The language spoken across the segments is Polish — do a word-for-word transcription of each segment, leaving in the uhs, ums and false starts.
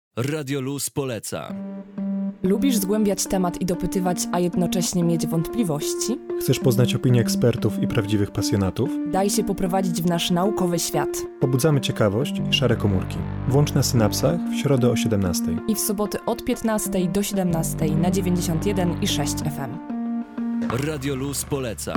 Radio Luz poleca. Lubisz zgłębiać temat i dopytywać, a jednocześnie mieć wątpliwości? Chcesz poznać opinie ekspertów i prawdziwych pasjonatów? Daj się poprowadzić w nasz naukowy świat. Pobudzamy ciekawość i szare komórki. Włącz na synapsach w środę o siedemnastej. I w soboty od piętnastej do siedemnastej na dziewięćdziesiąt jeden i sześć F M. Radio Luz poleca.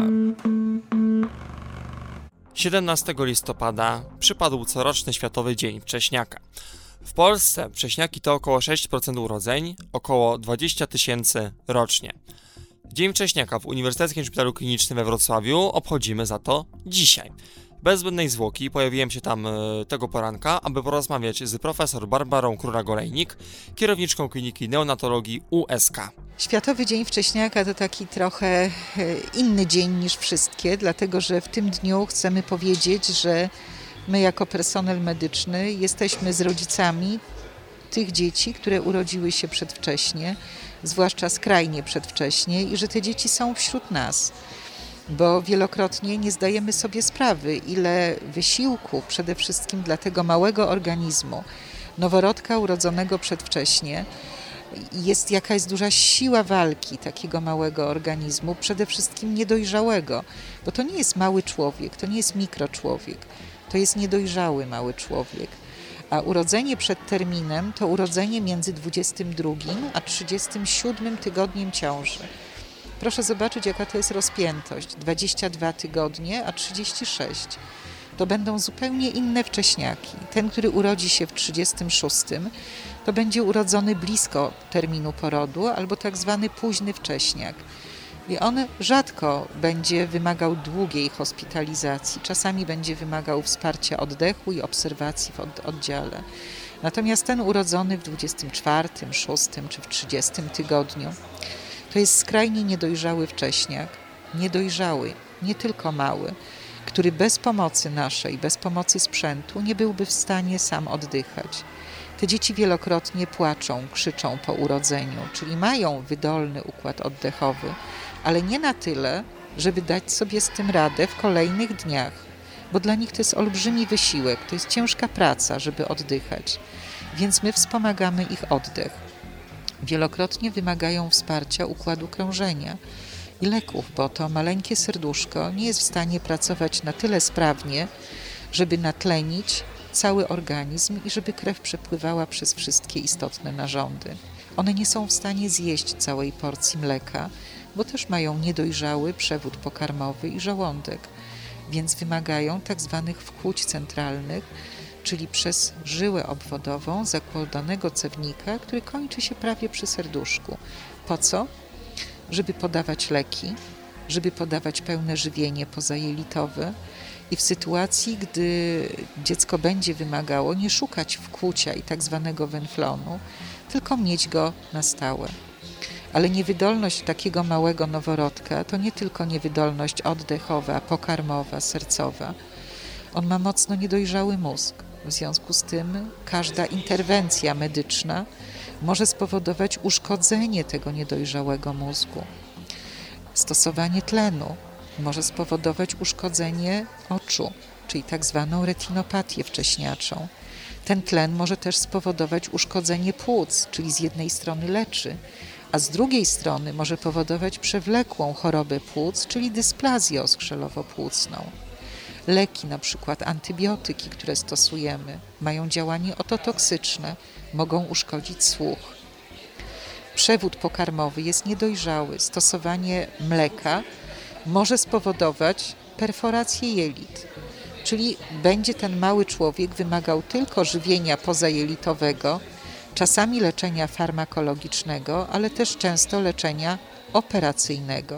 siedemnastego listopada przypadł coroczny Światowy Dzień Wcześniaka. W Polsce wcześniaki to około sześć procent urodzeń, około dwadzieścia tysięcy rocznie. Dzień Wcześniaka w Uniwersyteckim Szpitalu Klinicznym we Wrocławiu obchodzimy za to dzisiaj. Bez zbędnej zwłoki pojawiłem się tam e, tego poranka, aby porozmawiać z profesor Barbarą Króla-Golejnik, kierowniczką Kliniki Neonatologii U S K. Światowy Dzień Wcześniaka to taki trochę inny dzień niż wszystkie, dlatego że w tym dniu chcemy powiedzieć, że my jako personel medyczny jesteśmy z rodzicami tych dzieci, które urodziły się przedwcześnie, zwłaszcza skrajnie przedwcześnie, i że te dzieci są wśród nas. Bo wielokrotnie nie zdajemy sobie sprawy, ile wysiłku przede wszystkim dla tego małego organizmu, noworodka urodzonego przedwcześnie, jest jaka jest duża siła walki takiego małego organizmu, przede wszystkim niedojrzałego, bo to nie jest mały człowiek, to nie jest mikroczłowiek, to jest niedojrzały mały człowiek. A urodzenie przed terminem to urodzenie między dwudziestym drugim a trzydziestym siódmym tygodniem ciąży. Proszę zobaczyć, jaka to jest rozpiętość. dwadzieścia dwa tygodnie, a trzydzieści sześć. To będą zupełnie inne wcześniaki. Ten, który urodzi się w trzydziestym szóstym, to będzie urodzony blisko terminu porodu albo tak zwany późny wcześniak. I on rzadko będzie wymagał długiej hospitalizacji. Czasami będzie wymagał wsparcia oddechu i obserwacji w oddziale. Natomiast ten urodzony w dwudziestym czwartym, szóstym czy w trzydziestym tygodniu to jest skrajnie niedojrzały wcześniak. Niedojrzały, nie tylko mały, który bez pomocy naszej, bez pomocy sprzętu nie byłby w stanie sam oddychać. Te dzieci wielokrotnie płaczą, krzyczą po urodzeniu, czyli mają wydolny układ oddechowy, ale nie na tyle, żeby dać sobie z tym radę w kolejnych dniach, bo dla nich to jest olbrzymi wysiłek, to jest ciężka praca, żeby oddychać, więc my wspomagamy ich oddech. Wielokrotnie wymagają wsparcia układu krążenia i leków, bo to maleńkie serduszko nie jest w stanie pracować na tyle sprawnie, żeby natlenić cały organizm i żeby krew przepływała przez wszystkie istotne narządy. One nie są w stanie zjeść całej porcji mleka, bo też mają niedojrzały przewód pokarmowy i żołądek, więc wymagają tak zwanych wchódź centralnych, czyli przez żyłę obwodową zakładanego cewnika, który kończy się prawie przy serduszku. Po co? Żeby podawać leki, żeby podawać pełne żywienie pozajelitowe i w sytuacji, gdy dziecko będzie wymagało, nie szukać wkłucia i tak zwanego wenflonu, tylko mieć go na stałe. Ale niewydolność takiego małego noworodka to nie tylko niewydolność oddechowa, pokarmowa, sercowa. On ma mocno niedojrzały mózg. W związku z tym każda interwencja medyczna może spowodować uszkodzenie tego niedojrzałego mózgu. Stosowanie tlenu może spowodować uszkodzenie oczu, czyli tak zwaną retinopatię wcześniaczą. Ten tlen może też spowodować uszkodzenie płuc, czyli z jednej strony leczy, a z drugiej strony może powodować przewlekłą chorobę płuc, czyli dysplazję oskrzelowo-płucną. Leki, na przykład antybiotyki, które stosujemy, mają działanie ototoksyczne, mogą uszkodzić słuch. Przewód pokarmowy jest niedojrzały. Stosowanie mleka może spowodować perforację jelit, czyli będzie ten mały człowiek wymagał tylko żywienia pozajelitowego, czasami leczenia farmakologicznego, ale też często leczenia operacyjnego.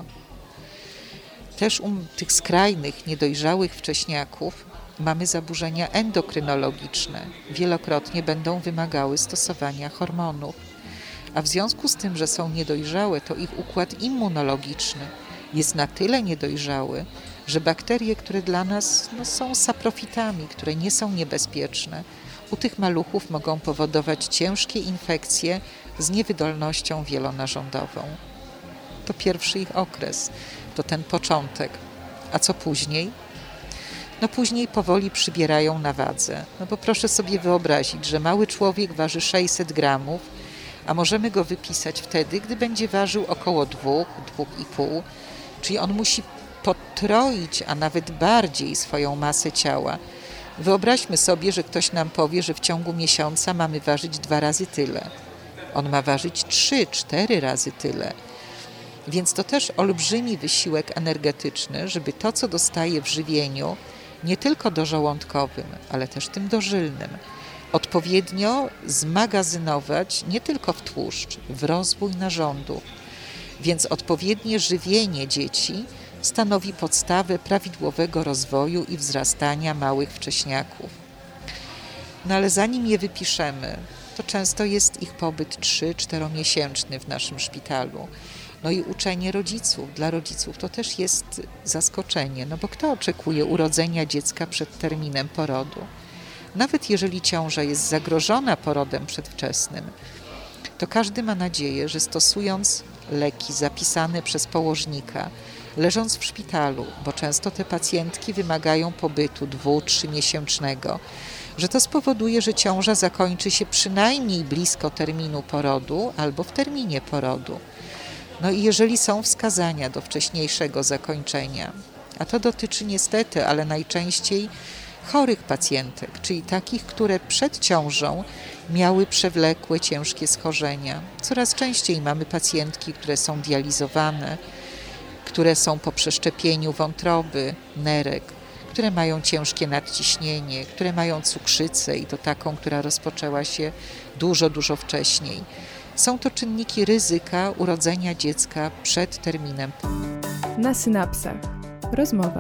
Też u tych skrajnych, niedojrzałych wcześniaków mamy zaburzenia endokrynologiczne. Wielokrotnie będą wymagały stosowania hormonów. A w związku z tym, że są niedojrzałe, to ich układ immunologiczny jest na tyle niedojrzały, że bakterie, które dla nas no, są saprofitami, które nie są niebezpieczne, u tych maluchów mogą powodować ciężkie infekcje z niewydolnością wielonarządową. To pierwszy ich okres, to ten początek. A co później? no później powoli przybierają na wadze. No bo proszę sobie wyobrazić, że mały człowiek waży sześćset gramów, a możemy go wypisać wtedy, gdy będzie ważył około dwóch, dwóch i pół, czyli on musi potroić, a nawet bardziej swoją masę ciała. Wyobraźmy sobie, że ktoś nam powie, że w ciągu miesiąca mamy ważyć dwa razy tyle. On ma ważyć trzy, cztery razy tyle. Więc to też olbrzymi wysiłek energetyczny, żeby to, co dostaje w żywieniu, nie tylko dożołądkowym, ale też tym dożylnym, odpowiednio zmagazynować nie tylko w tłuszcz, w rozwój narządów. Więc odpowiednie żywienie dzieci stanowi podstawę prawidłowego rozwoju i wzrastania małych wcześniaków. No ale zanim je wypiszemy, to często jest ich pobyt trzy-czteromiesięczny w naszym szpitalu. No i uczenie rodziców. Dla rodziców to też jest zaskoczenie, no bo kto oczekuje urodzenia dziecka przed terminem porodu? Nawet jeżeli ciąża jest zagrożona porodem przedwczesnym, to każdy ma nadzieję, że stosując leki zapisane przez położnika, leżąc w szpitalu, bo często te pacjentki wymagają pobytu dwu-, trzymiesięcznego, że to spowoduje, że ciąża zakończy się przynajmniej blisko terminu porodu albo w terminie porodu. No i jeżeli są wskazania do wcześniejszego zakończenia, a to dotyczy niestety, ale najczęściej chorych pacjentek, czyli takich, które przed ciążą miały przewlekłe, ciężkie schorzenia. Coraz częściej mamy pacjentki, które są dializowane, które są po przeszczepieniu wątroby, nerek, które mają ciężkie nadciśnienie, które mają cukrzycę i to taką, która rozpoczęła się dużo, dużo wcześniej. Są to czynniki ryzyka urodzenia dziecka przed terminem. Na synapsach. Rozmowa.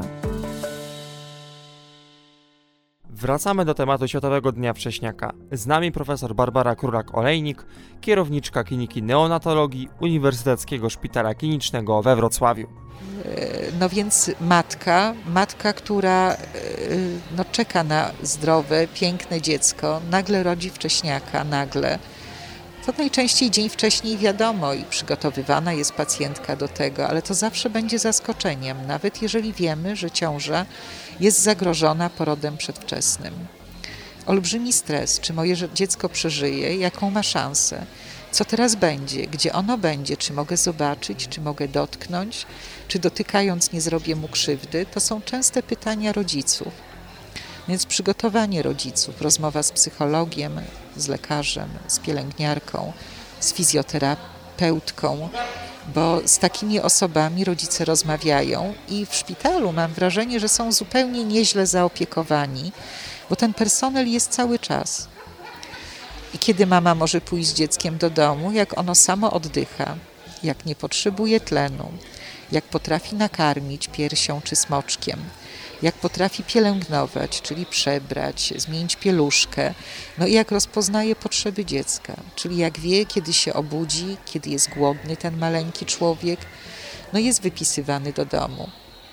Wracamy do tematu Światowego Dnia Wcześniaka. Z nami profesor Barbara Królak-Olejnik, kierowniczka Kliniki Neonatologii Uniwersyteckiego Szpitala Klinicznego we Wrocławiu. No więc matka, matka, która no, czeka na zdrowe, piękne dziecko, nagle rodzi wcześniaka, nagle. To najczęściej dzień wcześniej wiadomo i przygotowywana jest pacjentka do tego, ale to zawsze będzie zaskoczeniem, nawet jeżeli wiemy, że ciąża jest zagrożona porodem przedwczesnym. Olbrzymi stres, czy moje dziecko przeżyje, jaką ma szansę, co teraz będzie, gdzie ono będzie, czy mogę zobaczyć, czy mogę dotknąć, czy dotykając nie zrobię mu krzywdy, to są częste pytania rodziców. Więc przygotowanie rodziców, rozmowa z psychologiem, z lekarzem, z pielęgniarką, z fizjoterapeutką, bo z takimi osobami rodzice rozmawiają i w szpitalu mam wrażenie, że są zupełnie nieźle zaopiekowani, bo ten personel jest cały czas. I kiedy mama może pójść z dzieckiem do domu, jak ono samo oddycha, jak nie potrzebuje tlenu, jak potrafi nakarmić piersią czy smoczkiem, jak potrafi pielęgnować, czyli przebrać, zmienić pieluszkę, no i jak rozpoznaje potrzeby dziecka, czyli jak wie, kiedy się obudzi, kiedy jest głodny ten maleńki człowiek, no jest wypisywany do domu.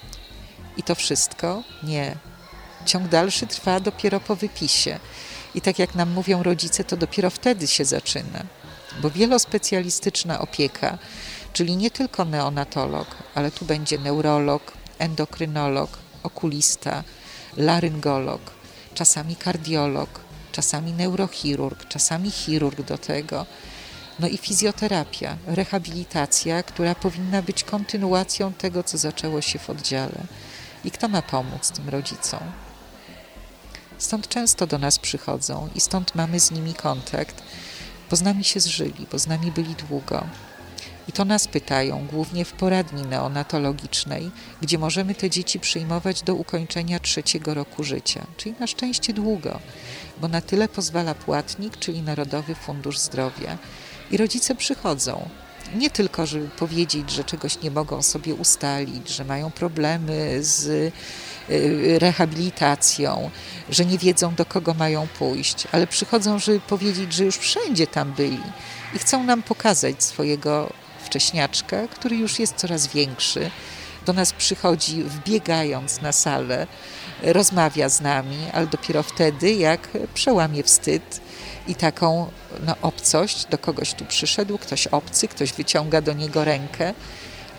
I to wszystko? Nie. Ciąg dalszy trwa dopiero po wypisie. I tak jak nam mówią rodzice, to dopiero wtedy się zaczyna, bo wielospecjalistyczna opieka, czyli nie tylko neonatolog, ale tu będzie neurolog, endokrynolog, okulista, laryngolog, czasami kardiolog, czasami neurochirurg, czasami chirurg do tego, no i fizjoterapia, rehabilitacja, która powinna być kontynuacją tego, co zaczęło się w oddziale. I kto ma pomóc tym rodzicom? Stąd często do nas przychodzą i stąd mamy z nimi kontakt, bo z nami się zżyli, bo z nami byli długo. I to nas pytają, głównie w poradni neonatologicznej, gdzie możemy te dzieci przyjmować do ukończenia trzeciego roku życia, czyli na szczęście długo, bo na tyle pozwala płatnik, czyli Narodowy Fundusz Zdrowia. I rodzice przychodzą, nie tylko, żeby powiedzieć, że czegoś nie mogą sobie ustalić, że mają problemy z rehabilitacją, że nie wiedzą, do kogo mają pójść, ale przychodzą, żeby powiedzieć, że już wszędzie tam byli i chcą nam pokazać swojego wcześniaczka, który już jest coraz większy. Do nas przychodzi wbiegając na salę, rozmawia z nami, ale dopiero wtedy, jak przełamie wstyd i taką no, obcość, do kogoś tu przyszedł, ktoś obcy, ktoś wyciąga do niego rękę,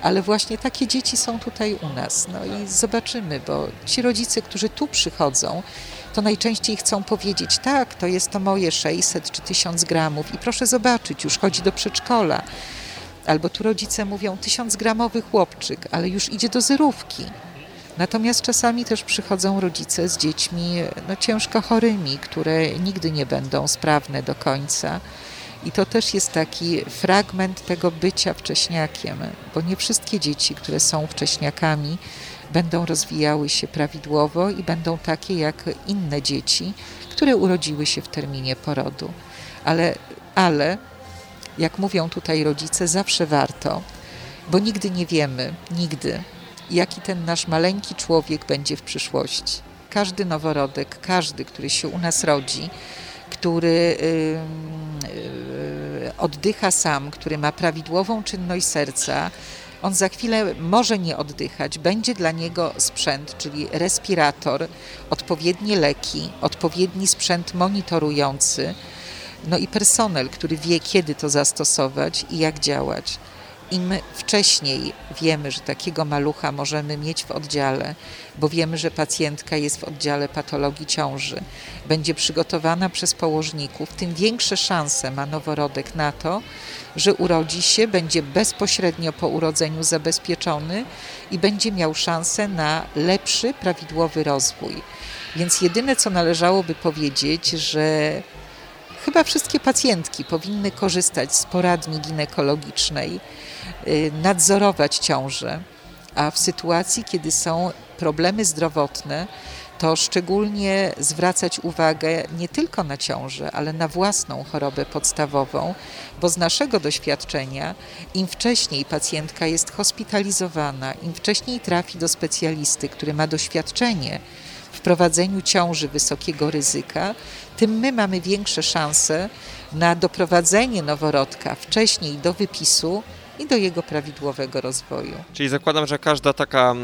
Ale właśnie takie dzieci są tutaj u nas. No i zobaczymy, bo ci rodzice, którzy tu przychodzą, to najczęściej chcą powiedzieć, tak, to jest to moje sześćset czy tysiąc gramów i proszę zobaczyć, już chodzi do przedszkola. Albo tu rodzice mówią, tysiąc gramowy chłopczyk, ale już idzie do zerówki. Natomiast czasami też przychodzą rodzice z dziećmi no, ciężko chorymi, które nigdy nie będą sprawne do końca. I to też jest taki fragment tego bycia wcześniakiem, bo nie wszystkie dzieci, które są wcześniakami, będą rozwijały się prawidłowo i będą takie jak inne dzieci, które urodziły się w terminie porodu. Ale, ale jak mówią tutaj rodzice, zawsze warto, bo nigdy nie wiemy, nigdy, jaki ten nasz maleńki człowiek będzie w przyszłości. Każdy noworodek, każdy, który się u nas rodzi, który yy, yy, oddycha sam, który ma prawidłową czynność serca, on za chwilę może nie oddychać, będzie dla niego sprzęt, czyli respirator, odpowiednie leki, odpowiedni sprzęt monitorujący, no i personel, który wie, kiedy to zastosować i jak działać. Im wcześniej wiemy, że takiego malucha możemy mieć w oddziale, bo wiemy, że pacjentka jest w oddziale patologii ciąży, będzie przygotowana przez położników, tym większe szanse ma noworodek na to, że urodzi się, będzie bezpośrednio po urodzeniu zabezpieczony i będzie miał szansę na lepszy, prawidłowy rozwój. Więc jedyne, co należałoby powiedzieć, że chyba wszystkie pacjentki powinny korzystać z poradni ginekologicznej, nadzorować ciążę, a w sytuacji, kiedy są problemy zdrowotne, to szczególnie zwracać uwagę nie tylko na ciążę, ale na własną chorobę podstawową, bo z naszego doświadczenia im wcześniej pacjentka jest hospitalizowana, im wcześniej trafi do specjalisty, który ma doświadczenie w prowadzeniu ciąży wysokiego ryzyka, tym my mamy większe szanse na doprowadzenie noworodka wcześniej do wypisu i do jego prawidłowego rozwoju. Czyli zakładam, że każda taka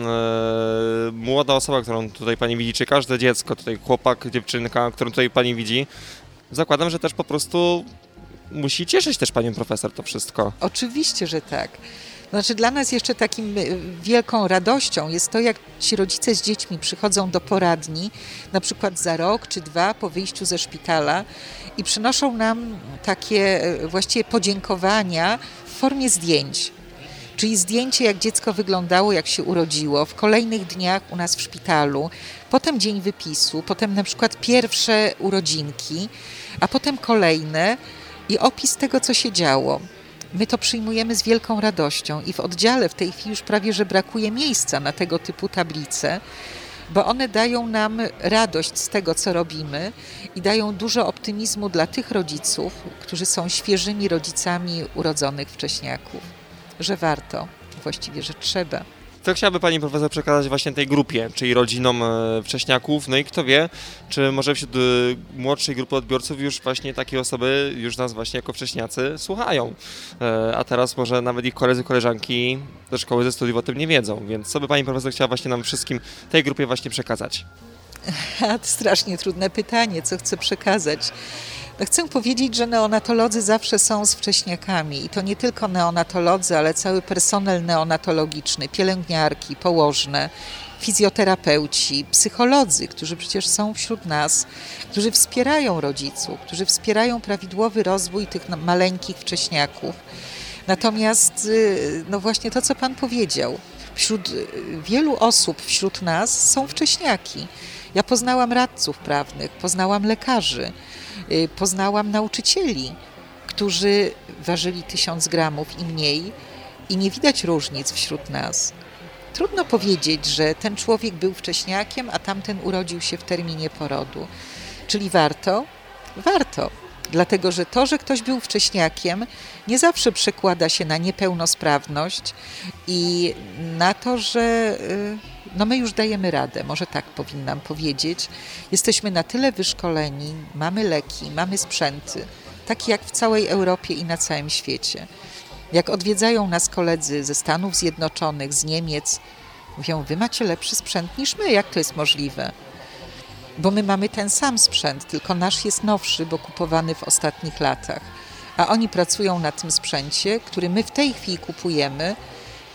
e, młoda osoba, którą tutaj pani widzi, czy każde dziecko, tutaj chłopak, dziewczynka, którą tutaj pani widzi, zakładam, że też po prostu musi cieszyć też panią profesor to wszystko. Oczywiście, że tak. Znaczy dla nas jeszcze takim wielką radością jest to, jak ci rodzice z dziećmi przychodzą do poradni, na przykład za rok czy dwa po wyjściu ze szpitala i przynoszą nam takie właściwie podziękowania w formie zdjęć. Czyli zdjęcie, jak dziecko wyglądało, jak się urodziło, w kolejnych dniach u nas w szpitalu, potem dzień wypisu, potem na przykład pierwsze urodzinki, a potem kolejne i opis tego, co się działo. My to przyjmujemy z wielką radością i w oddziale w tej chwili już prawie, że brakuje miejsca na tego typu tablice, bo one dają nam radość z tego, co robimy i dają dużo optymizmu dla tych rodziców, którzy są świeżymi rodzicami urodzonych wcześniaków, że warto, właściwie, że trzeba. Co chciałaby pani profesor przekazać właśnie tej grupie, czyli rodzinom wcześniaków, no i kto wie, czy może wśród młodszej grupy odbiorców już właśnie takie osoby już nas właśnie jako wcześniacy słuchają, a teraz może nawet ich koledzy, koleżanki ze szkoły, ze studiów o tym nie wiedzą, więc co by pani profesor chciała właśnie nam wszystkim tej grupie właśnie przekazać? To strasznie trudne pytanie, co chcę przekazać. No chcę powiedzieć, że neonatolodzy zawsze są z wcześniakami i to nie tylko neonatolodzy, ale cały personel neonatologiczny, pielęgniarki, położne, fizjoterapeuci, psycholodzy, którzy przecież są wśród nas, którzy wspierają rodziców, którzy wspierają prawidłowy rozwój tych maleńkich wcześniaków. Natomiast no właśnie to, co pan powiedział, wśród wielu osób wśród nas są wcześniaki. Ja poznałam radców prawnych, poznałam lekarzy, poznałam nauczycieli, którzy ważyli tysiąc gramów i mniej i nie widać różnic wśród nas. Trudno powiedzieć, że ten człowiek był wcześniakiem, a tamten urodził się w terminie porodu. Czyli warto? Warto. Dlatego, że to, że ktoś był wcześniakiem, nie zawsze przekłada się na niepełnosprawność i na to, że no my już dajemy radę, może tak powinnam powiedzieć. Jesteśmy na tyle wyszkoleni, mamy leki, mamy sprzęty, takie jak w całej Europie i na całym świecie. Jak odwiedzają nas koledzy ze Stanów Zjednoczonych, z Niemiec, mówią, wy macie lepszy sprzęt niż my, jak to jest możliwe? Bo my mamy ten sam sprzęt, tylko nasz jest nowszy, bo kupowany w ostatnich latach. A oni pracują na tym sprzęcie, który my w tej chwili kupujemy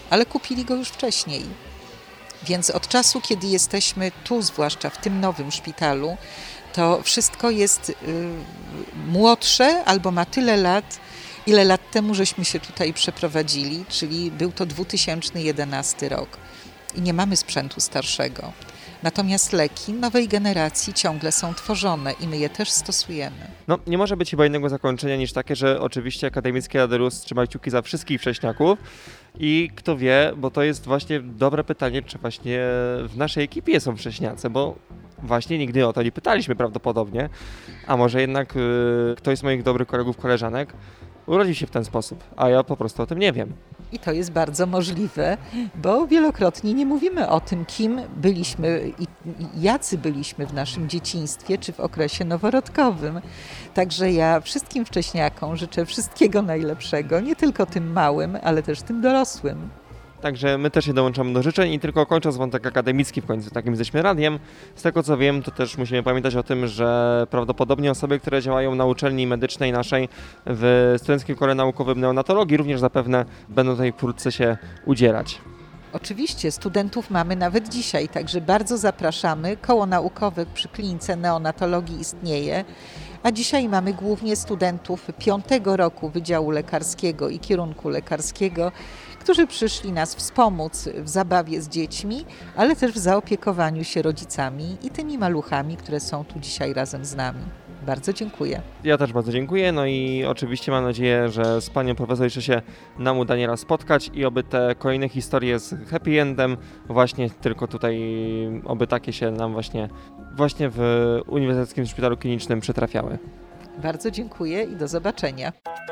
ale kupili go już wcześniej. Więc od czasu, kiedy jesteśmy tu, zwłaszcza w tym nowym szpitalu, to wszystko jest y, młodsze albo ma tyle lat, ile lat temu żeśmy się tutaj przeprowadzili, czyli był to dwa tysiące jedenasty rok i nie mamy sprzętu starszego. Natomiast leki nowej generacji ciągle są tworzone i my je też stosujemy. No, nie może być chyba innego zakończenia niż takie, że oczywiście Akademickie Rady L U S trzyma kciuki za wszystkich wcześniaków i kto wie, bo to jest właśnie dobre pytanie, czy właśnie w naszej ekipie są wcześniacy, bo właśnie nigdy o to nie pytaliśmy prawdopodobnie, a może jednak y, ktoś z moich dobrych kolegów, koleżanek urodził się w ten sposób, a ja po prostu o tym nie wiem. I to jest bardzo możliwe, bo wielokrotnie nie mówimy o tym, kim byliśmy i jacy byliśmy w naszym dzieciństwie czy w okresie noworodkowym. Także ja wszystkim wcześniakom życzę wszystkiego najlepszego, nie tylko tym małym, ale też tym dorosłym. Także my też się dołączamy do życzeń i tylko kończąc wątek akademicki, w końcu takim jesteśmy radiem, z tego co wiem, to też musimy pamiętać o tym, że prawdopodobnie osoby, które działają na uczelni medycznej naszej w Studenckim Kole Naukowym Neonatologii również zapewne będą tutaj wkrótce się udzielać. Oczywiście studentów mamy nawet dzisiaj, także bardzo zapraszamy. Koło naukowe przy klinice neonatologii istnieje, a dzisiaj mamy głównie studentów piątego roku Wydziału Lekarskiego i kierunku lekarskiego, którzy przyszli nas wspomóc w zabawie z dziećmi, ale też w zaopiekowaniu się rodzicami i tymi maluchami, które są tu dzisiaj razem z nami. Bardzo dziękuję. Ja też bardzo dziękuję, no i oczywiście mam nadzieję, że z panią profesor jeszcze się nam uda nieraz spotkać i oby te kolejne historie z happy endem właśnie tylko tutaj, oby takie się nam właśnie, właśnie w Uniwersyteckim Szpitalu Klinicznym przytrafiały. Bardzo dziękuję i do zobaczenia.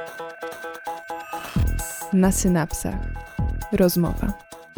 Na synapsach. Rozmowa.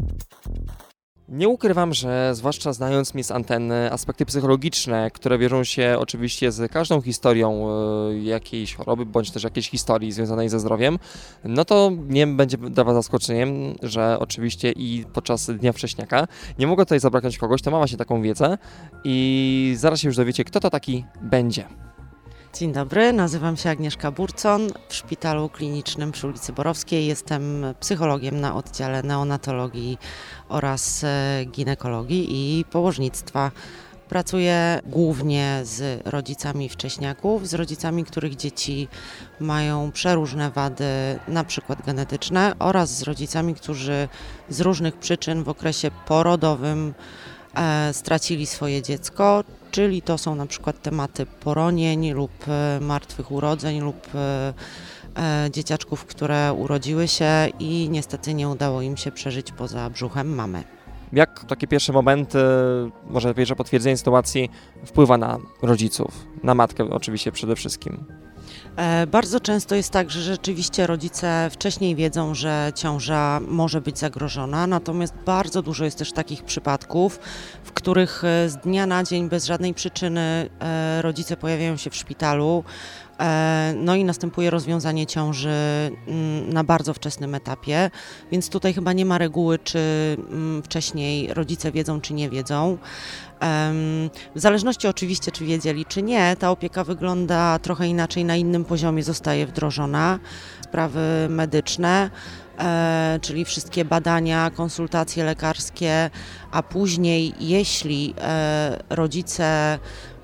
Nie ukrywam, że zwłaszcza znając mnie z anteny aspekty psychologiczne, które wiążą się oczywiście z każdą historią y, jakiejś choroby, bądź też jakiejś historii związanej ze zdrowiem, no to nie będzie dla Was zaskoczeniem, że oczywiście i podczas Dnia Wcześniaka nie mogę tutaj zabraknąć kogoś, kto ma właśnie taką wiedzę i zaraz się już dowiecie, kto to taki będzie. Dzień dobry, nazywam się Agnieszka Burcon. W Szpitalu Klinicznym przy ulicy Borowskiej jestem psychologiem na oddziale neonatologii oraz ginekologii i położnictwa. Pracuję głównie z rodzicami wcześniaków, z rodzicami, których dzieci mają przeróżne wady, na przykład genetyczne, oraz z rodzicami, którzy z różnych przyczyn w okresie porodowym e, stracili swoje dziecko, czyli to są na przykład tematy poronień lub e, martwych urodzeń lub e, e, dzieciaczków, które urodziły się i niestety nie udało im się przeżyć poza brzuchem mamy. Jak takie pierwsze momenty, może pierwsze potwierdzenie sytuacji wpływa na rodziców, na matkę oczywiście przede wszystkim? E, bardzo często jest tak, że rzeczywiście rodzice wcześniej wiedzą, że ciąża może być zagrożona, natomiast bardzo dużo jest też takich przypadków, w których z dnia na dzień bez żadnej przyczyny e, rodzice pojawiają się w szpitalu. No i następuje rozwiązanie ciąży na bardzo wczesnym etapie, więc tutaj chyba nie ma reguły, czy wcześniej rodzice wiedzą, czy nie wiedzą. W zależności oczywiście, czy wiedzieli, czy nie, ta opieka wygląda trochę inaczej, na innym poziomie zostaje wdrożona. Sprawy medyczne, czyli wszystkie badania, konsultacje lekarskie, a później, jeśli rodzice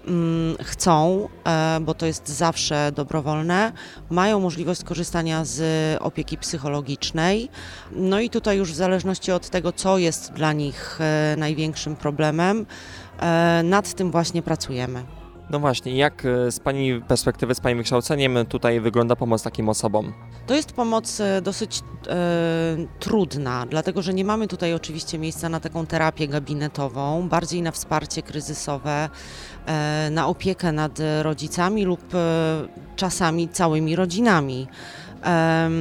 chcą, bo to jest zawsze dobrowolne, mają możliwość skorzystania z opieki psychologicznej. No i tutaj już w zależności od tego, co jest dla nich największym problemem, nad tym właśnie pracujemy. No właśnie, jak z Pani perspektywy, z Pani wykształceniem tutaj wygląda pomoc takim osobom? To jest pomoc dosyć e, trudna, dlatego że nie mamy tutaj oczywiście miejsca na taką terapię gabinetową, bardziej na wsparcie kryzysowe, e, na opiekę nad rodzicami lub e, czasami całymi rodzinami. E,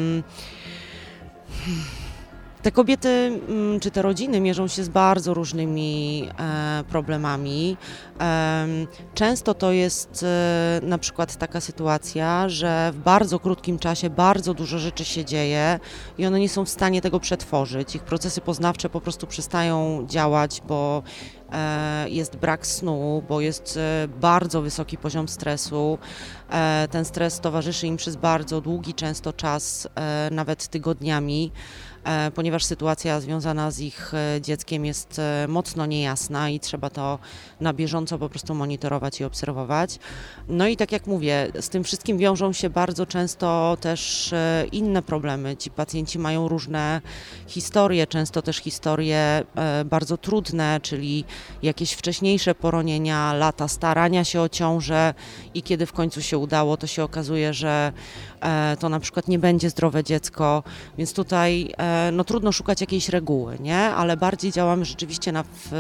Te kobiety czy te rodziny mierzą się z bardzo różnymi e, problemami. E, często to jest e, na przykład taka sytuacja, że w bardzo krótkim czasie bardzo dużo rzeczy się dzieje i one nie są w stanie tego przetworzyć. Ich procesy poznawcze po prostu przestają działać, bo e, jest brak snu, bo jest e, bardzo wysoki poziom stresu. E, ten stres towarzyszy im przez bardzo długi często czas, e, nawet tygodniami, e, ponieważ sytuacja związana z ich e, dzieckiem jest e, mocno niejasna i trzeba to na bieżąco po prostu monitorować i obserwować. No i tak jak mówię, z tym wszystkim wiążą się bardzo często też e, inne problemy. Ci pacjenci mają różne historie, często też historie e, bardzo trudne, czyli jakieś wcześniejsze poronienia, lata starania się o ciążę i kiedy w końcu się udało, to się okazuje, że e, to na przykład nie będzie zdrowe dziecko, więc tutaj e, no, trudno szukać jakiejś reguły, nie? Ale bardziej działamy rzeczywiście na w,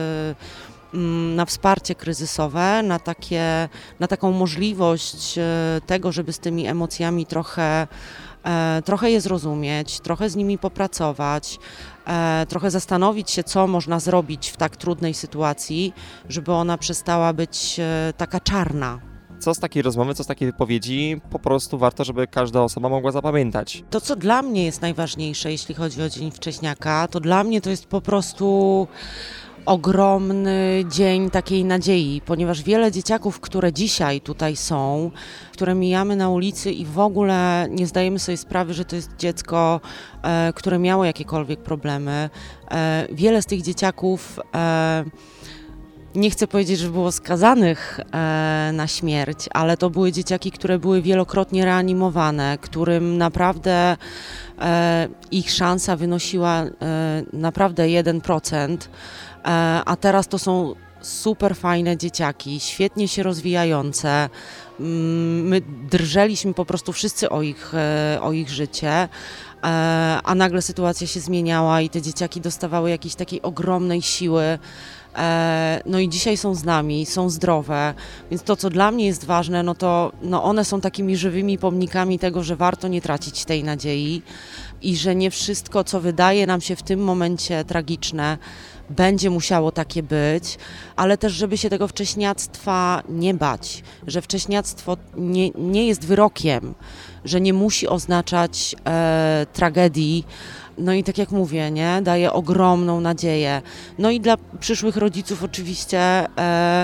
na wsparcie kryzysowe, na, takie, na taką możliwość e, tego, żeby z tymi emocjami trochę, e, trochę je zrozumieć, trochę z nimi popracować, e, trochę zastanowić się, co można zrobić w tak trudnej sytuacji, żeby ona przestała być e, taka czarna. Co z takiej rozmowy, co z takiej wypowiedzi po prostu warto, żeby każda osoba mogła zapamiętać? To, co dla mnie jest najważniejsze, jeśli chodzi o Dzień Wcześniaka, to dla mnie to jest po prostu ogromny dzień takiej nadziei, ponieważ wiele dzieciaków, które dzisiaj tutaj są, które mijamy na ulicy i w ogóle nie zdajemy sobie sprawy, że to jest dziecko, e, które miało jakiekolwiek problemy. E, wiele z tych dzieciaków e, nie chcę powiedzieć, że było skazanych e, na śmierć, ale to były dzieciaki, które były wielokrotnie reanimowane, którym naprawdę e, ich szansa wynosiła e, naprawdę jeden procent, e, a teraz to są super fajne dzieciaki, świetnie się rozwijające. My drżeliśmy po prostu wszyscy o ich, e, o ich życie, e, a nagle sytuacja się zmieniała i te dzieciaki dostawały jakiejś takiej ogromnej siły. No i dzisiaj są z nami, są zdrowe, więc to, co dla mnie jest ważne, no to no one są takimi żywymi pomnikami tego, że warto nie tracić tej nadziei i że nie wszystko, co wydaje nam się w tym momencie tragiczne, będzie musiało takie być, ale też, żeby się tego wcześniactwa nie bać, że wcześniactwo nie, nie jest wyrokiem, że nie musi oznaczać e, tragedii. No i tak jak mówię, nie, daje ogromną nadzieję. No i dla przyszłych rodziców oczywiście e,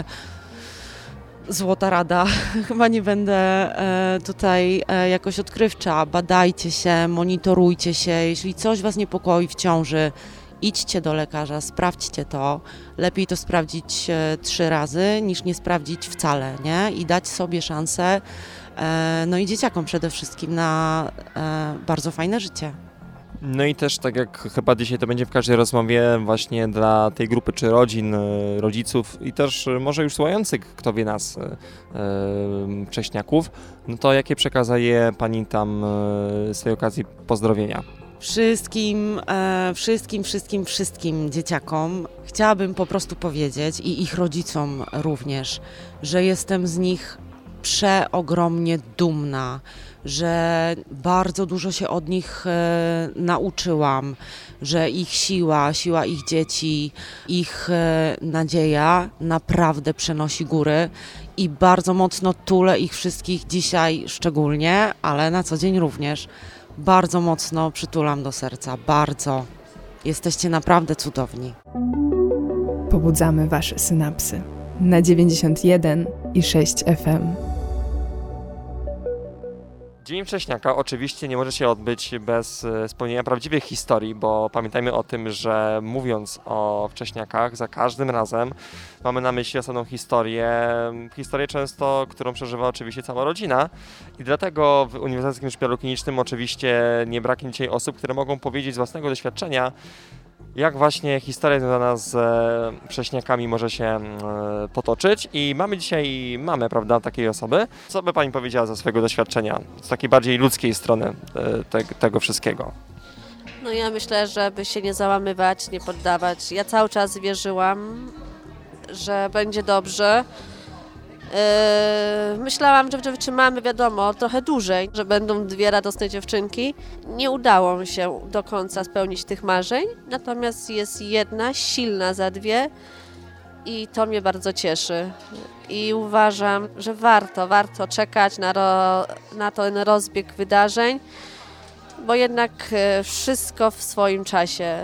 złota rada. Chyba nie będę e, tutaj e, jakoś odkrywcza. Badajcie się, monitorujcie się. Jeśli coś was niepokoi w ciąży, idźcie do lekarza, sprawdźcie to. Lepiej to sprawdzić e, trzy razy, niż nie sprawdzić wcale, nie? I dać sobie szansę, e, no i dzieciakom przede wszystkim na e, bardzo fajne życie. No i też, tak jak chyba dzisiaj to będzie w każdej rozmowie, właśnie dla tej grupy czy rodzin, rodziców i też może już słuchających, kto wie nas, yy, wcześniaków, no to jakie przekazaje Pani tam yy, z tej okazji pozdrowienia? Wszystkim, e, wszystkim, wszystkim, wszystkim dzieciakom chciałabym po prostu powiedzieć i ich rodzicom również, że jestem z nich przeogromnie dumna, że bardzo dużo się od nich e, nauczyłam, że ich siła, siła ich dzieci, ich e, nadzieja naprawdę przenosi góry i bardzo mocno tulę ich wszystkich dzisiaj szczególnie, ale na co dzień również. Bardzo mocno przytulam do serca, bardzo. Jesteście naprawdę cudowni. Pobudzamy wasze synapsy na dziewięćdziesiąt jeden i sześć F M. Dzień Wcześniaka oczywiście nie może się odbyć bez spełnienia prawdziwych historii, bo pamiętajmy o tym, że mówiąc o wcześniakach, za każdym razem mamy na myśli osobną historię, historię często, którą przeżywa oczywiście cała rodzina i dlatego w Uniwersyteckim Szpitalu Klinicznym oczywiście nie braknie dzisiaj osób, które mogą powiedzieć z własnego doświadczenia, jak właśnie historia związana z e, wcześniakami może się e, potoczyć i mamy dzisiaj mamę, prawda, takiej osoby. Co by Pani powiedziała ze swojego doświadczenia, z takiej bardziej ludzkiej strony e, te, tego wszystkiego? No ja myślę, żeby się nie załamywać, nie poddawać. Ja cały czas wierzyłam, że będzie dobrze. Yy, myślałam, że wytrzymamy, wiadomo, trochę dłużej, że będą dwie radosne dziewczynki. Nie udało mi się do końca spełnić tych marzeń, natomiast jest jedna silna za dwie i to mnie bardzo cieszy. I uważam, że warto, warto czekać na, ro, na ten rozbieg wydarzeń, bo jednak wszystko w swoim czasie.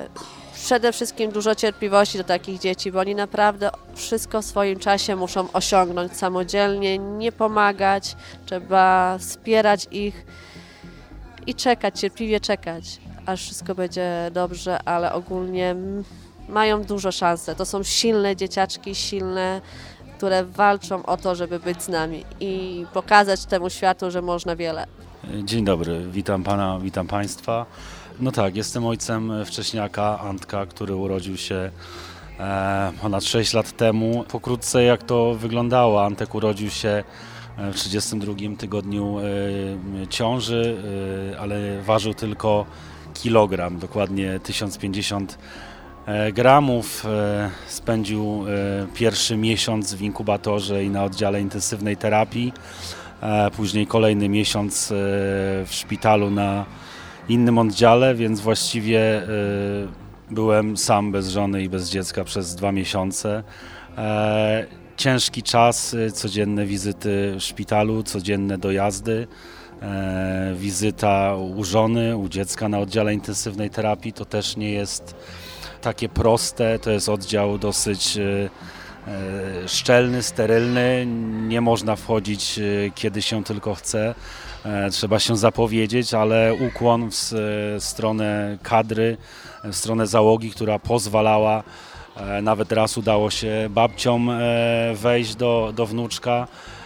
przede wszystkim dużo cierpliwości do takich dzieci, bo oni naprawdę wszystko w swoim czasie muszą osiągnąć samodzielnie, nie pomagać, trzeba wspierać ich i czekać, cierpliwie czekać, aż wszystko będzie dobrze, ale ogólnie mają dużo szansę. To są silne dzieciaczki, silne, które walczą o to, żeby być z nami i pokazać temu światu, że można wiele. Dzień dobry, witam pana, witam państwa. No tak, jestem ojcem wcześniaka Antka, który urodził się e, ponad sześć lat temu. Pokrótce jak to wyglądało, Antek urodził się w trzydziestym drugim tygodniu e, ciąży, e, ale ważył tylko kilogram, dokładnie tysiąc pięćdziesiąt gramów. E, spędził e, pierwszy miesiąc w inkubatorze i na oddziale intensywnej terapii, e, później kolejny miesiąc e, w szpitalu na innym oddziale, więc właściwie y, byłem sam bez żony i bez dziecka przez dwa miesiące. E, ciężki czas, y, codzienne wizyty w szpitalu, codzienne dojazdy, e, wizyta u żony, u dziecka na oddziale intensywnej terapii. To też nie jest takie proste, to jest oddział dosyć y, y, szczelny, sterylny, nie można wchodzić y, kiedy się tylko chce. Trzeba się zapowiedzieć, ale ukłon w stronę kadry, w stronę załogi, która pozwalała, nawet raz udało się babciom wejść do, do wnuczka.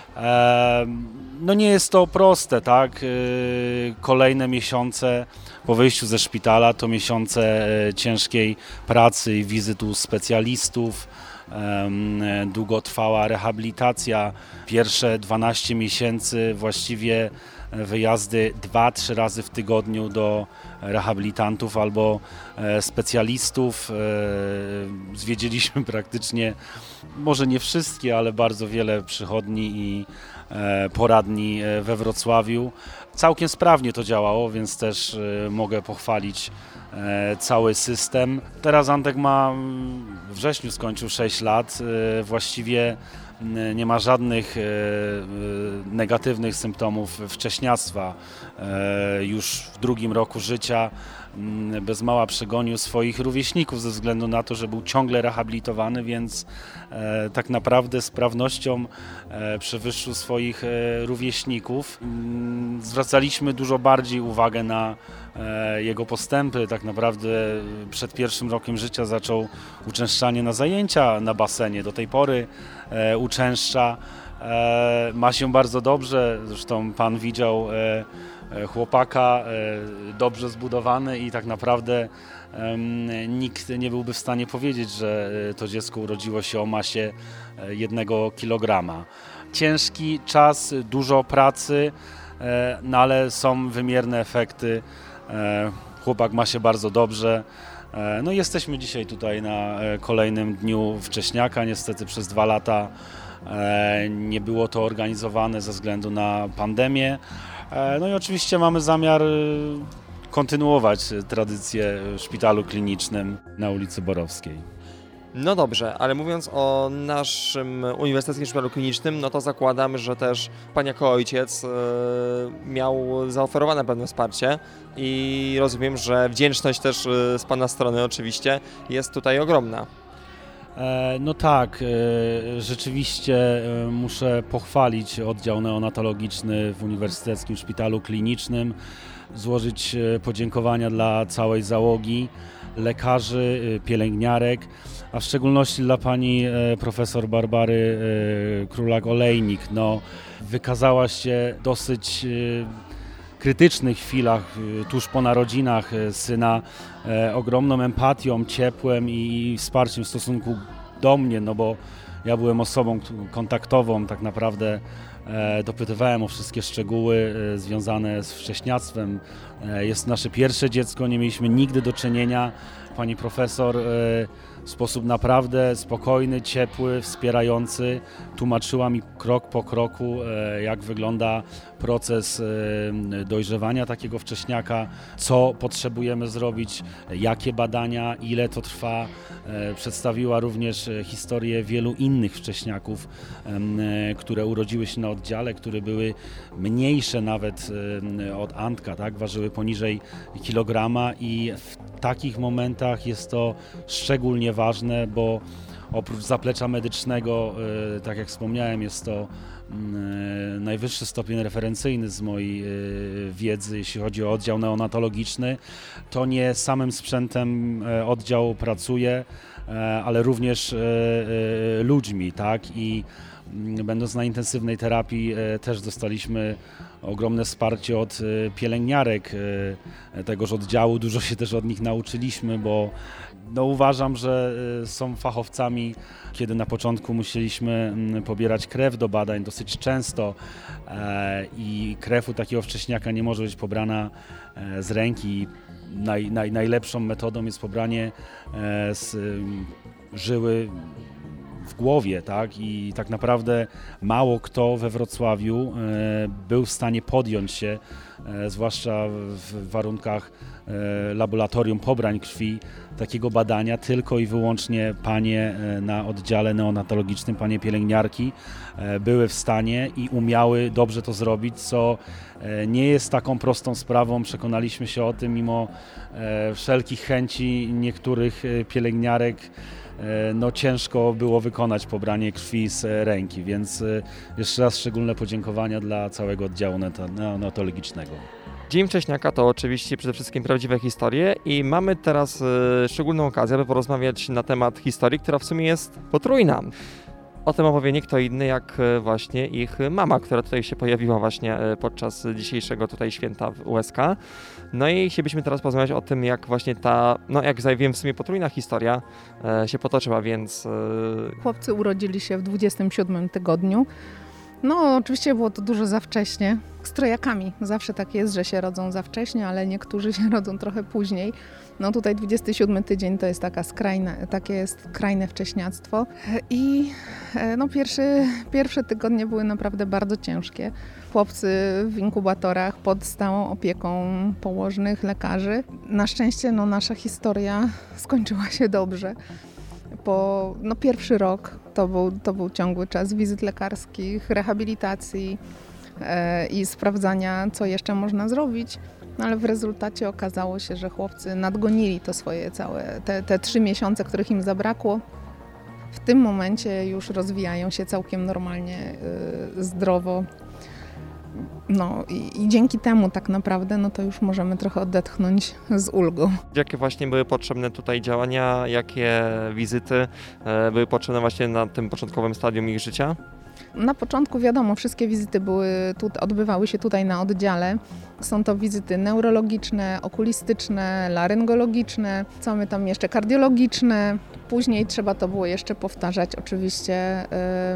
No nie jest to proste, tak? Kolejne miesiące po wyjściu ze szpitala to miesiące ciężkiej pracy i wizyt u specjalistów. Długo trwała rehabilitacja. Pierwsze dwanaście miesięcy właściwie wyjazdy dwa trzy razy w tygodniu do rehabilitantów albo specjalistów. Zwiedziliśmy praktycznie, może nie wszystkie, ale bardzo wiele przychodni i poradni we Wrocławiu. Całkiem sprawnie to działało, więc też mogę pochwalić cały system. Teraz Antek ma, w wrześniu skończył sześć lat, właściwie nie ma żadnych negatywnych symptomów wcześniactwa. Już w drugim roku życia bez mała przegonił swoich rówieśników ze względu na to, że był ciągle rehabilitowany, więc tak naprawdę sprawnością przewyższył swoich rówieśników. Zwracaliśmy dużo bardziej uwagę na jego postępy. Tak naprawdę przed pierwszym rokiem życia zaczął uczęszczanie na zajęcia na basenie. Do tej pory uczęszcza. Ma się bardzo dobrze, zresztą pan widział chłopaka, dobrze zbudowany i tak naprawdę nikt nie byłby w stanie powiedzieć, że to dziecko urodziło się o masie jednego kilograma. Ciężki czas, dużo pracy, no ale są wymierne efekty. Chłopak ma się bardzo dobrze. No i jesteśmy dzisiaj tutaj na kolejnym dniu wcześniaka. Niestety przez dwa lata nie było to organizowane ze względu na pandemię. No i oczywiście mamy zamiar kontynuować tradycję w szpitalu klinicznym na ulicy Borowskiej. No dobrze, ale mówiąc o naszym Uniwersyteckim Szpitalu Klinicznym, no to zakładam, że też pan jako ojciec yy, miał zaoferowane pewne wsparcie i rozumiem, że wdzięczność też yy, z pana strony oczywiście jest tutaj ogromna. No tak, rzeczywiście muszę pochwalić oddział neonatologiczny w Uniwersyteckim Szpitalu Klinicznym, złożyć podziękowania dla całej załogi, lekarzy, pielęgniarek, a w szczególności dla pani profesor Barbary Królak-Olejnik. No, wykazała się dosyć krytycznych chwilach, tuż po narodzinach syna, ogromną empatią, ciepłem i wsparciem w stosunku do mnie, no bo ja byłem osobą kontaktową, tak naprawdę dopytywałem o wszystkie szczegóły związane z wcześniactwem. Jest nasze pierwsze dziecko, nie mieliśmy nigdy do czynienia. Pani profesor w sposób naprawdę spokojny, ciepły, wspierający tłumaczyła mi krok po kroku, jak wygląda proces dojrzewania takiego wcześniaka, co potrzebujemy zrobić, jakie badania, ile to trwa. Przedstawiła również historię wielu innych wcześniaków, które urodziły się na oddziale, które były mniejsze nawet od Antka, tak? Ważyły poniżej kilograma i w takich momentach jest to szczególnie ważne, bo oprócz zaplecza medycznego, tak jak wspomniałem, jest to najwyższy stopień referencyjny z mojej wiedzy, jeśli chodzi o oddział neonatologiczny. To nie samym sprzętem oddział pracuje, ale również ludźmi, tak? I będąc na intensywnej terapii też dostaliśmy ogromne wsparcie od pielęgniarek tegoż oddziału. Dużo się też od nich nauczyliśmy, bo no uważam, że są fachowcami, kiedy na początku musieliśmy pobierać krew do badań dosyć często i krew u takiego wcześniaka nie może być pobrana z ręki. Naj, naj, najlepszą metodą jest pobranie z żyły w głowie, tak? I tak naprawdę mało kto we Wrocławiu był w stanie podjąć się, zwłaszcza w warunkach laboratorium pobrań krwi, takiego badania. Tylko i wyłącznie panie na oddziale neonatologicznym, panie pielęgniarki były w stanie i umiały dobrze to zrobić, co nie jest taką prostą sprawą. Przekonaliśmy się o tym mimo wszelkich chęci niektórych pielęgniarek. No ciężko było wykonać pobranie krwi z ręki, więc jeszcze raz szczególne podziękowania dla całego oddziału neonatologicznego. Dzień Wcześniaka to oczywiście przede wszystkim prawdziwe historie i mamy teraz y, szczególną okazję, aby porozmawiać na temat historii, która w sumie jest potrójna. O tym opowie nie kto inny jak właśnie ich mama, która tutaj się pojawiła właśnie podczas dzisiejszego tutaj święta w U S K. No i chcielibyśmy teraz porozmawiać o tym, jak właśnie ta, no jak wiem, w sumie potrójna historia e, się potoczyła, więc... E... Chłopcy urodzili się w dwudziestym siódmym tygodniu. No oczywiście było to dużo za wcześnie. Z trojakami zawsze tak jest, że się rodzą za wcześnie, ale niektórzy się rodzą trochę później. No tutaj dwudziesty siódmy tydzień to jest taka skrajne, takie jest krajne wcześniactwo. I no pierwszy, pierwsze tygodnie były naprawdę bardzo ciężkie. Chłopcy w inkubatorach pod stałą opieką położnych, lekarzy. Na szczęście no, nasza historia skończyła się dobrze. Po no, pierwszy rok to był, to był ciągły czas wizyt lekarskich, rehabilitacji e, i sprawdzania, co jeszcze można zrobić. No, ale w rezultacie okazało się, że chłopcy nadgonili to swoje całe, te, te trzy miesiące, których im zabrakło. W tym momencie już rozwijają się całkiem normalnie, y, zdrowo. No i, i dzięki temu tak naprawdę no to już możemy trochę odetchnąć z ulgą. Jakie właśnie były potrzebne tutaj działania, jakie wizyty e, były potrzebne właśnie na tym początkowym stadium ich życia? Na początku wiadomo, wszystkie wizyty były tu, odbywały się tutaj na oddziale. Są to wizyty neurologiczne, okulistyczne, laryngologiczne, co my tam jeszcze, kardiologiczne. Później trzeba to było jeszcze powtarzać oczywiście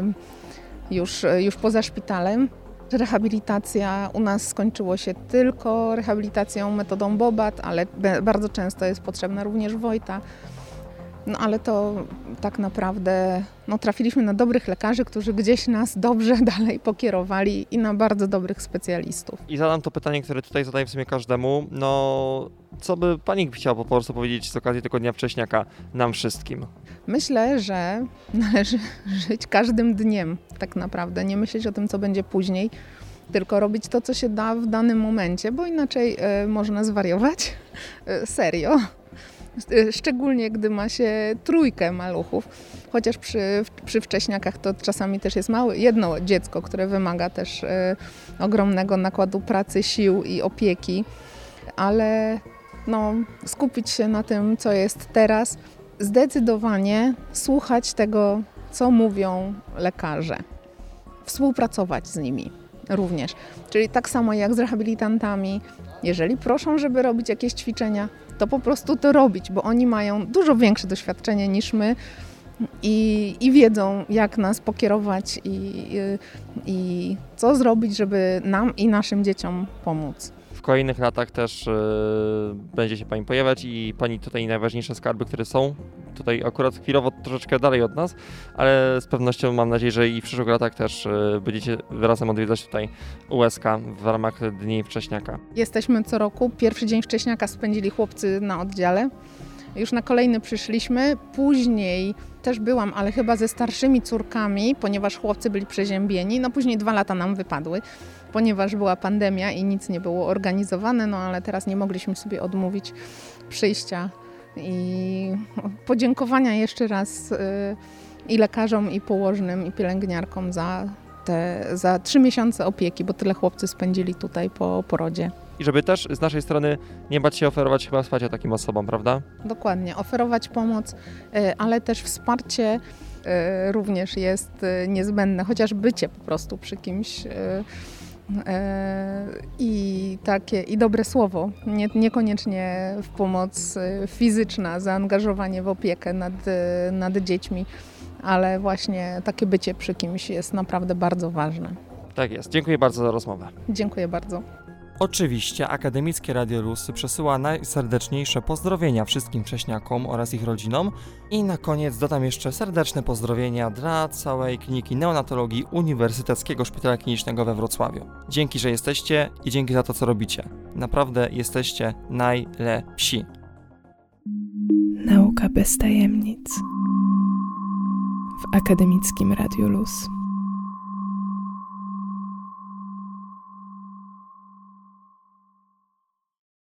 y, już, już poza szpitalem. Rehabilitacja u nas skończyło się tylko rehabilitacją metodą Bobat, ale bardzo często jest potrzebna również Wojta. No ale to tak naprawdę no, trafiliśmy na dobrych lekarzy, którzy gdzieś nas dobrze dalej pokierowali i na bardzo dobrych specjalistów. I zadam to pytanie, które tutaj zadaję w sumie każdemu. No, co by pani chciała po prostu powiedzieć z okazji tego Dnia Wcześniaka nam wszystkim? Myślę, że należy żyć każdym dniem tak naprawdę, nie myśleć o tym, co będzie później, tylko robić to, co się da w danym momencie, bo inaczej y, można zwariować. Y, serio. Szczególnie gdy ma się trójkę maluchów, chociaż przy, przy wcześniakach to czasami też jest małe, jedno dziecko, które wymaga też y, ogromnego nakładu pracy, sił i opieki, ale no, skupić się na tym, co jest teraz, zdecydowanie słuchać tego, co mówią lekarze, współpracować z nimi również, czyli tak samo jak z rehabilitantami, jeżeli proszą, żeby robić jakieś ćwiczenia, to po prostu to robić, bo oni mają dużo większe doświadczenie niż my i, i wiedzą, jak nas pokierować i, i, i co zrobić, żeby nam i naszym dzieciom pomóc. W kolejnych latach też yy, będzie się pani pojawiać i pani tutaj najważniejsze skarby, które są tutaj akurat chwilowo troszeczkę dalej od nas, ale z pewnością mam nadzieję, że i w przyszłych latach też yy, będziecie razem odwiedzać tutaj U S K w ramach Dni Wcześniaka. Jesteśmy co roku. Pierwszy dzień Wcześniaka spędzili chłopcy na oddziale. Już na kolejny przyszliśmy. Później też byłam, ale chyba ze starszymi córkami, ponieważ chłopcy byli przeziębieni. No później dwa lata nam wypadły, ponieważ była pandemia i nic nie było organizowane, no ale teraz nie mogliśmy sobie odmówić przyjścia I podziękowania jeszcze raz i lekarzom, i położnym, i pielęgniarkom za te za trzy miesiące opieki, bo tyle chłopcy spędzili tutaj po porodzie. I żeby też z naszej strony nie bać się oferować chyba wsparcia takim osobom, prawda? Dokładnie, oferować pomoc, ale też wsparcie również jest niezbędne, chociaż bycie po prostu przy kimś i takie i dobre słowo, nie, niekoniecznie w pomoc fizyczna, zaangażowanie w opiekę nad, nad dziećmi, ale właśnie takie bycie przy kimś jest naprawdę bardzo ważne. Tak jest. Dziękuję bardzo za rozmowę. Dziękuję bardzo. Oczywiście Akademickie Radio Luz przesyła najserdeczniejsze pozdrowienia wszystkim wcześniakom oraz ich rodzinom i na koniec dodam jeszcze serdeczne pozdrowienia dla całej kliniki neonatologii Uniwersyteckiego Szpitala Klinicznego we Wrocławiu. Dzięki, że jesteście i dzięki za to, co robicie. Naprawdę jesteście najlepsi. Nauka bez tajemnic w Akademickim Radiu Luz.